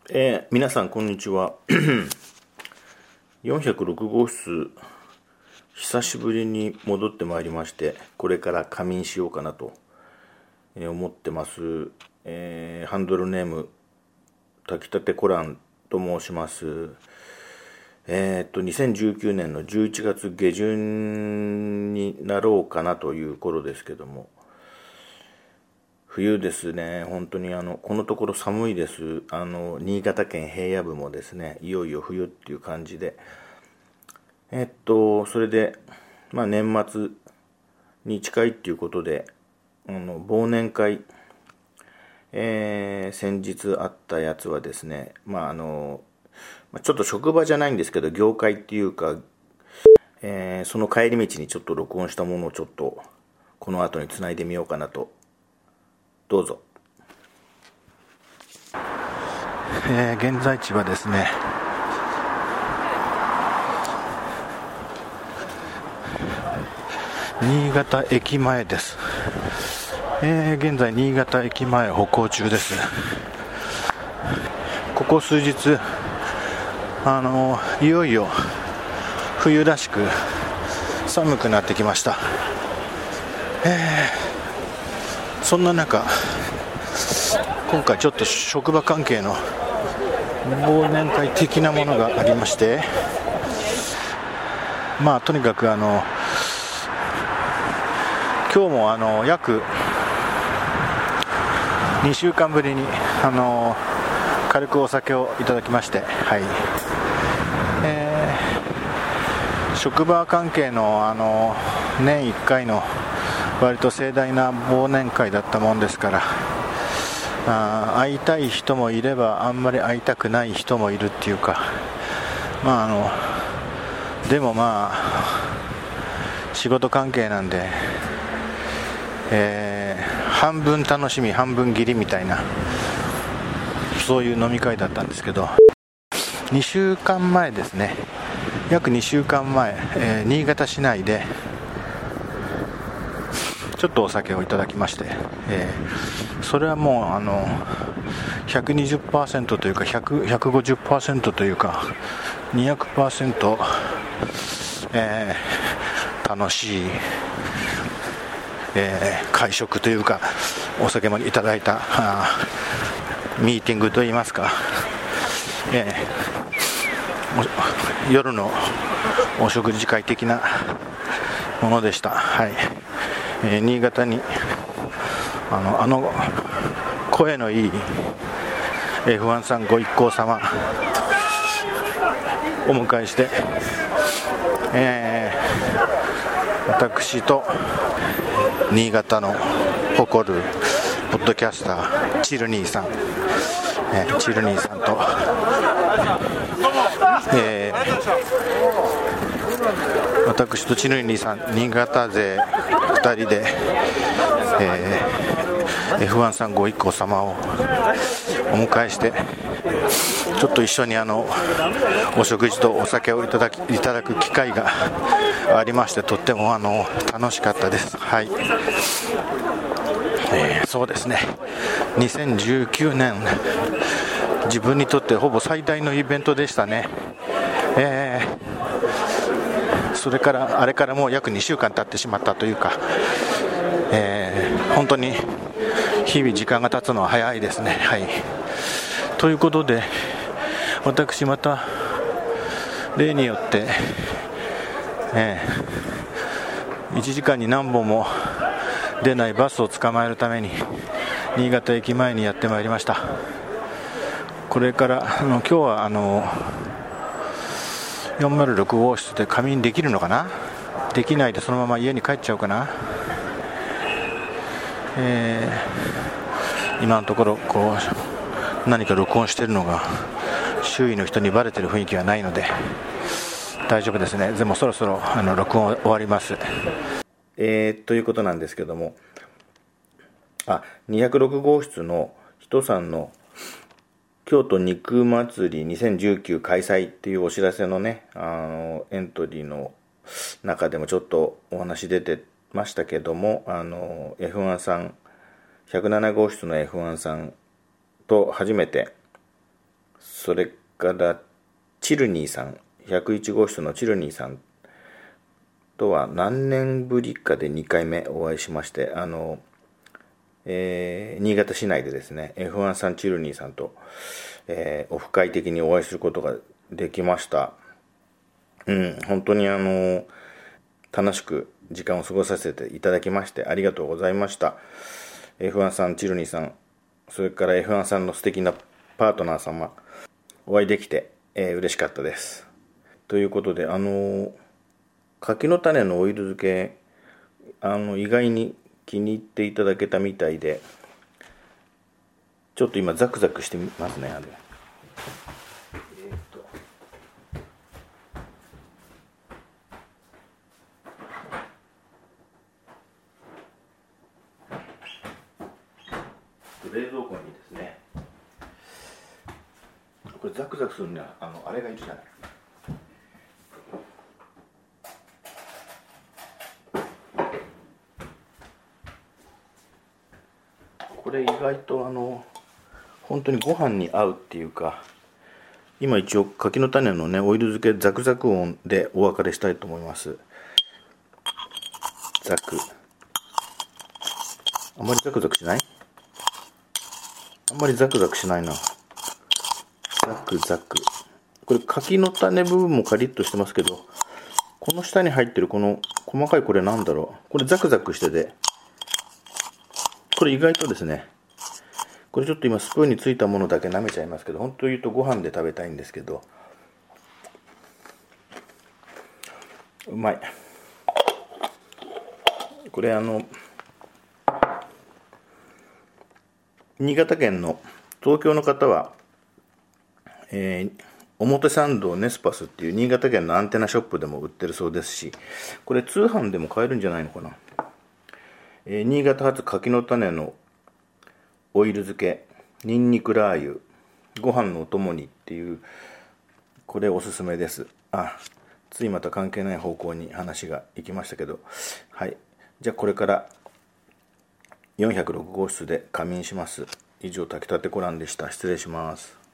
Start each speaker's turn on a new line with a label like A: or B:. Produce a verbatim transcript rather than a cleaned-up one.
A: えー、皆さんこんにちはよんひゃくろく号室久しぶりに戻ってまいりまして、これから仮眠しようかなと思ってます。えー、ハンドルネーム炊きたてコランと申します。えー、っとにせんじゅうきゅうねんのじゅういちがつ下旬になろうかなという頃ですけども、冬ですね。本当にあのこのところ寒いです。あの新潟県平野部もですね、いよいよ冬っていう感じで、えっとそれでまあ年末に近いっていうことで、あの忘年会、えー、先日あったやつはですね、まああのちょっと職場じゃないんですけど、業界っていうか、えーその帰り道にちょっと録音したものをちょっとこの後につないでみようかなと。どうぞ。えー、現在地はですね、新潟駅前です。えー、現在新潟駅前歩行中です。ここ数日、あのいよいよ冬らしく寒くなってきました。えー、そんな中、今回ちょっと職場関係の忘年会的なものがありまして、まあとにかくあの今日もあの約にしゅうかんぶりにあの軽くお酒をいただきまして、はい、えー、職場関係のあの年いっかいの割と盛大な忘年会だったもんですから、あ会いたい人もいればあんまり会いたくない人もいるっていうか、まああのでもまあ仕事関係なんで、えー、半分楽しみ半分義理みたいな、そういう飲み会だったんですけど、にしゅうかんまえですね、約にしゅうかんまえ、えー、新潟市内でちょっとお酒をいただきまして、えー、それはもうあの ひゃくにじゅっパーセント というかひゃく、ひゃくごじゅっパーセント というか にひゃくパーセント、えー、楽しい、えー、会食というかお酒もいただいたミーティングといいますか、えー、夜のお食事会的なものでした。はい、えー、新潟にあの、あの声のいい エフワン さんご一行様お迎えして、えー、私と新潟の誇るポッドキャスターチルニーさん、えー、チルニーさんと、えー、私とチルニーさん、新潟勢ふたりで、えー、エフワン さんご一行様をお迎えして、ちょっと一緒にあのお食事とお酒をいただきいただく機会がありまして、とってもあの楽しかったです。はい、えー、そうですね、にせんじゅうきゅうねん自分にとってほぼ最大のイベントでしたね。えー、それからあれからもう約にしゅうかん経ってしまったというか、えー、本当に日々時間が経つのは早いですね。はい、ということで、私また例によって、えー、いちじかんに何本も出ないバスを捕まえるために新潟駅前にやってまいりました。これからあの今日はあのよんまるろく号室で仮眠できるのかな、できないでそのまま家に帰っちゃうかな。えー、今のところこう何か録音しているのが周囲の人にバレてる雰囲気はないので大丈夫ですね。でもそろそろあの録音終わります。えー、ということなんですけども、あにひゃくろく号室の人さんの京都肉祭りにせんじゅうきゅう開催っていうお知らせのね、あのエントリーの中でもちょっとお話出てましたけども、あの エフワン さんひゃくなな号室の エフワン さんと初めてそれからチルニーさん、ひゃくいち号室のチルニーさんとは何年ぶりかでにかいめお会いしまして、あの、えー、新潟市内でですね エフワン さんチルニーさんと、えー、オフ会的にお会いすることができました。うん、本当にあの楽しく時間を過ごさせていただきましてありがとうございました。 エフワン さんチルニーさん、それから エフワン さんの素敵なパートナー様お会いできて、えー、嬉しかったです。ということで、あの柿の種のオイル漬け、あの意外に気に入っていただけたみたいで、ちょっと今ザクザクしてみますね。あれ、えーと冷蔵庫にですね、これザクザクするにはあのあれがいるじゃない。これ意外とあの本当にご飯に合うっていうか、今一応柿の種のねオイル漬けザクザク音でお別れしたいと思います。ザク、あんまりザクザクしない？あんまりザクザクしないな。ザクザク。これ柿の種部分もカリッとしてますけど、この下に入ってるこの細かいこれなんだろう。これザクザクしてて、これ意外とですね、これちょっと今スプーンについたものだけ舐めちゃいますけど、本当言うとご飯で食べたいんですけど、うまい。これあの新潟県の東京の方は、えー、表参道ネスパスっていう新潟県のアンテナショップでも売ってるそうですし、これ通販でも買えるんじゃないのかな。えー、新潟発柿の種のオイル漬けニンニクラー油ご飯のお供にっていう、これおすすめです。あ、ついまた関係ない方向に話が行きましたけど、はい、じゃあこれからよんひゃくろく号室で仮眠します。以上、炊きたてコランでした。失礼します。